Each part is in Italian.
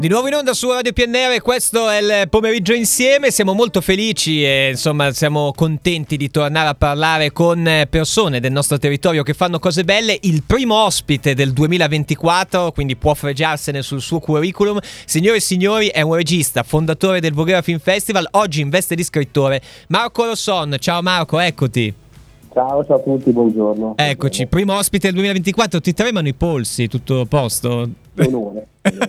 Di nuovo in onda su Radio PNR, questo è il pomeriggio insieme, siamo molto felici e insomma siamo contenti di tornare a parlare con persone del nostro territorio che fanno cose belle. Il primo ospite del 2024, quindi può fregiarsene sul suo curriculum. Signore e signori, è un regista, fondatore del Voghera Film Festival, oggi in veste di scrittore, Marco Rosson. Ciao Marco, eccoti. Ciao a tutti, buongiorno. Eccoci, primo ospite del 2024, ti tremano i polsi, tutto a posto? Onore.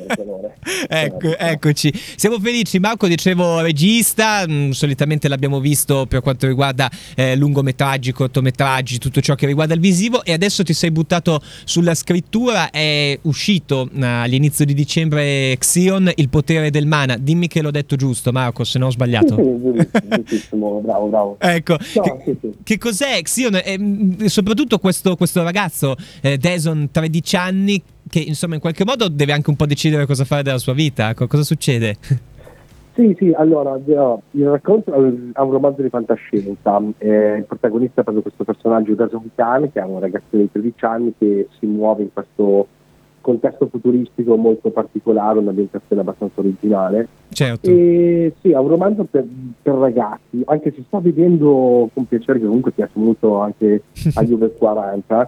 Eccoci, siamo felici. Marco, dicevo, regista, solitamente l'abbiamo visto per quanto riguarda lungometraggi, cortometraggi, tutto ciò che riguarda il visivo, e adesso ti sei buttato sulla scrittura. È uscito all'inizio di dicembre Xion, Il potere del mana. Dimmi che l'ho detto giusto, Marco, se no ho sbagliato. Giustissimo, bravo. Ecco, No, sì. che cos'è Xion? Soprattutto questo ragazzo, Dason, 13 anni, che insomma in qualche modo deve anche un po' decidere cosa fare della sua vita. Cosa succede? Sì, allora il racconto è un romanzo di fantascienza. Il protagonista è proprio questo personaggio Dason Khan, che è un ragazzo di 13 anni che si muove in questo contesto futuristico molto particolare, un'ambientazione abbastanza originale. Certo. E sì, è un romanzo per ragazzi, anche se sto vedendo con piacere, che comunque piace molto anche agli over 40.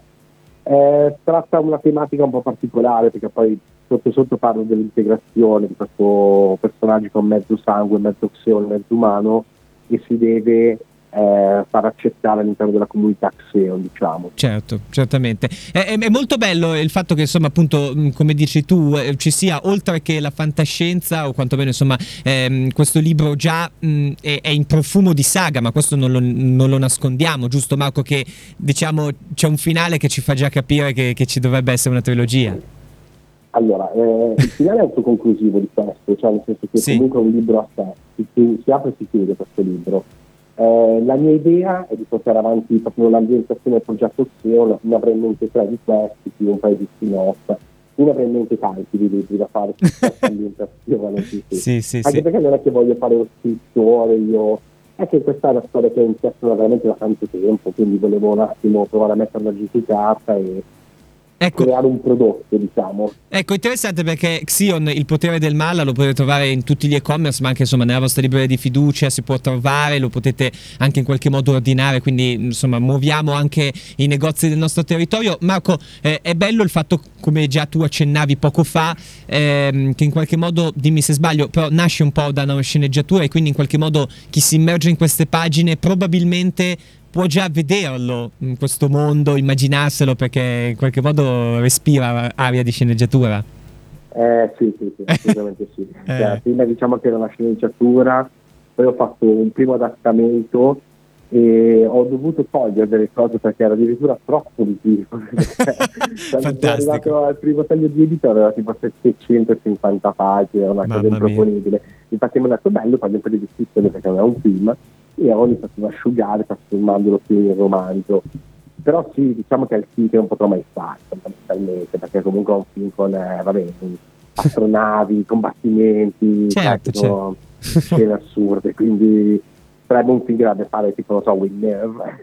Tratta una tematica un po' particolare, perché poi sotto parlo dell'integrazione di questo personaggio con mezzo sangue, mezzo Xion, mezzo umano, e si deve far accettare all'interno della comunità Xion, diciamo. Certo, certamente. È molto bello il fatto che, insomma, appunto, come dici tu, ci sia, oltre che la fantascienza, o quantomeno, insomma, questo libro già è in profumo di saga, ma questo non lo nascondiamo, giusto Marco? Che, diciamo, c'è un finale che ci fa già capire che ci dovrebbe essere una trilogia. Allora, il finale è autoconclusivo di questo, cioè nel senso che comunque è un libro a sé, si apre e si chiude questo libro. La mia idea è di portare avanti proprio l'ambientazione del progetto Xion. Ne avrei in mente 3 di questi, più un paio di spin-off. Ne avrei in mente tanti di libri da fare su questa ambientazione. Sì. Anche perché non è che voglio fare lo scrittore, è che questa è una storia che mi interessa veramente da tanto tempo, quindi volevo un attimo provare a metterla giù su carta e creare un prodotto, diciamo. Ecco, interessante, perché Xion, Il potere del mala, lo potete trovare in tutti gli e-commerce, ma anche insomma nella vostra libreria di fiducia si può trovare, lo potete anche in qualche modo ordinare, quindi insomma muoviamo anche i negozi del nostro territorio. Marco, è bello il fatto, come già tu accennavi poco fa, che in qualche modo, dimmi se sbaglio, però nasce un po' da una sceneggiatura, e quindi in qualche modo chi si immerge in queste pagine probabilmente può già vederlo in questo mondo, immaginarselo, perché in qualche modo respira aria di sceneggiatura. Sì, assolutamente sì. Prima diciamo che era una sceneggiatura, poi ho fatto un primo adattamento e ho dovuto togliere delle cose perché era addirittura troppo visivo. Quando sono arrivato al primo taglio di edito aveva tipo 750 pagine, era una cosa improponibile. Infatti mi hanno detto bello, fare un po' di descrizione perché non è un film, e ho iniziato ad asciugare trasformandolo più in romanzo. Però sì, diciamo che è il film che non potrò mai fare fondamentalmente, perché comunque è un film con astronavi, combattimenti, certo. scene assurde, quindi sarebbe un film grande fare tipo, non so, Winner.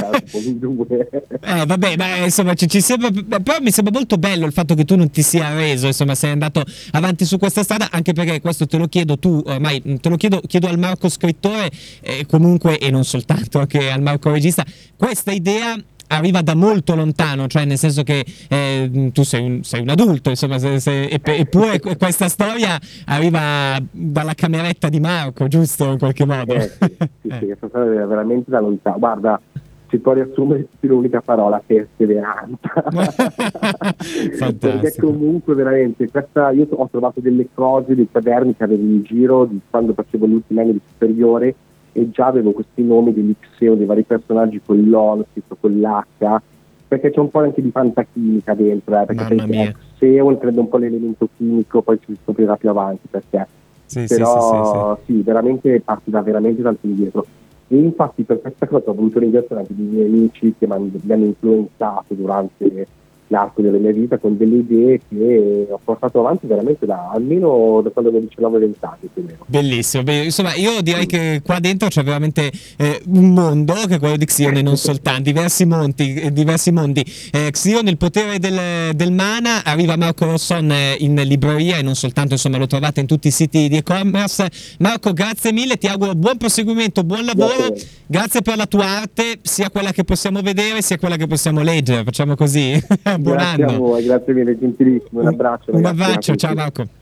Vabbè, ma insomma ci sembra, però mi sembra molto bello il fatto che tu non ti sia arreso, insomma sei andato avanti su questa strada, anche perché questo te lo chiedo tu, ormai te lo chiedo al Marco scrittore, comunque, e non soltanto, anche al Marco regista. Questa idea arriva da molto lontano, cioè nel senso che tu sei un adulto, insomma, eppure questa storia arriva dalla cameretta di Marco, giusto, in qualche modo? Sì, questa storia è veramente da lontano. Guarda, si può riassumere in un'unica parola: perseveranza. Perché comunque veramente io ho trovato delle cose, dei quaderni che avevo in giro di quando facevo gli ultimi anni di superiore, e già avevo questi nomi degli Xion, dei vari personaggi con l'O, scritto con l'H, perché c'è un po' anche di fantachimica dentro, perché Xion credo un po' l'elemento chimico, poi si scoprirà più avanti perché. Sì, veramente parti da veramente tanto indietro. E infatti per questa cosa ho voluto ringraziare anche i miei amici che mi hanno influenzato durante l'arco della mia vita, con delle idee che ho portato avanti veramente almeno da quando avevo 19-20 anni più o meno. Bellissimo, insomma io direi che qua dentro c'è veramente un mondo che è quello di Xion e non soltanto, diversi mondi. Xion, il potere del mana, arriva Marco Rosson in libreria e non soltanto, insomma lo trovate in tutti i siti di e-commerce. Marco, grazie mille, ti auguro buon proseguimento, buon lavoro, grazie per la tua arte, sia quella che possiamo vedere sia quella che possiamo leggere, facciamo così. Buon grazie anno. A voi, grazie mille, gentilissimo, un abbraccio. Un abbraccio, ciao Marco.